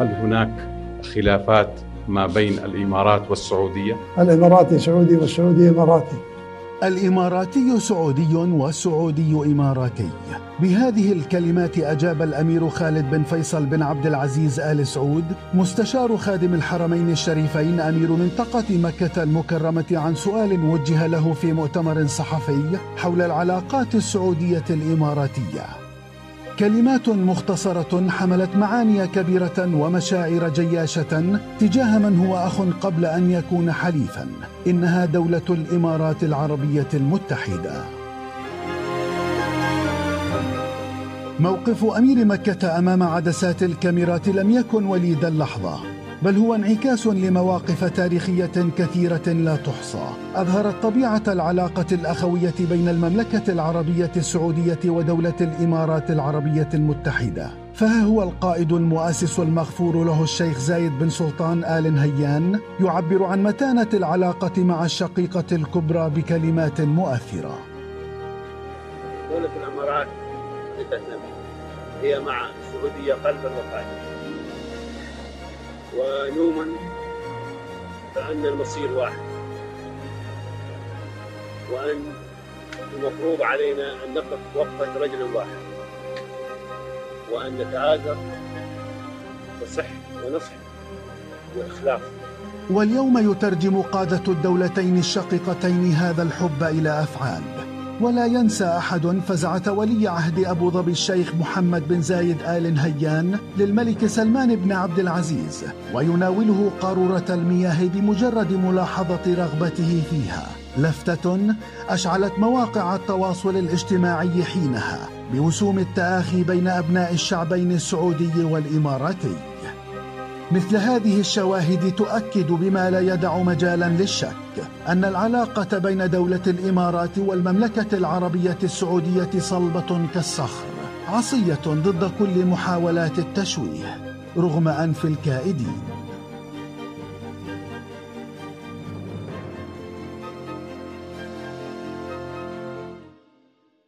هل هناك خلافات ما بين الإمارات والسعودية؟ الإماراتي سعودي والسعودي إماراتي. الإماراتي سعودي والسعودي إماراتي. بهذه الكلمات أجاب الأمير خالد بن فيصل بن عبد العزيز آل سعود مستشار خادم الحرمين الشريفين أمير منطقة مكة المكرمة عن سؤال وجه له في مؤتمر صحفي حول العلاقات السعودية الإماراتية. كلمات مختصرة حملت معاني كبيرة ومشاعر جياشة تجاه من هو أخ قبل أن يكون حليفا. إنها دولة الإمارات العربية المتحدة. موقف أمير مكة أمام عدسات الكاميرات لم يكن وليد اللحظة، بل هو انعكاس لمواقف تاريخية كثيرة لا تحصى أظهرت طبيعة العلاقة الأخوية بين المملكة العربية السعودية ودولة الإمارات العربية المتحدة. فها هو القائد المؤسس المغفور له الشيخ زايد بن سلطان آل نهيان يعبر عن متانة العلاقة مع الشقيقة الكبرى بكلمات مؤثرة. دولة الإمارات هي مع السعودية قلبا وقالبا، ونؤمن بأن المصير واحد، وأن المفروض علينا أن نقف وقفة رجل واحد، وأن نتآزر بصح ونصح وإخلاص. واليوم يترجم قادة الدولتين الشقيقتين هذا الحب إلى أفعال. ولا ينسى أحد فزعة ولي عهد أبو ظبي الشيخ محمد بن زايد آل نهيان للملك سلمان بن عبد العزيز ويناوله قارورة المياه بمجرد ملاحظة رغبته فيها، لفتة أشعلت مواقع التواصل الاجتماعي حينها بوسوم التآخي بين أبناء الشعبين السعودي والإماراتي. مثل هذه الشواهد تؤكد بما لا يدع مجالا للشك أن العلاقة بين دولة الإمارات والمملكة العربية السعودية صلبة كالصخر، عصية ضد كل محاولات التشويه رغم أنف الكائدين.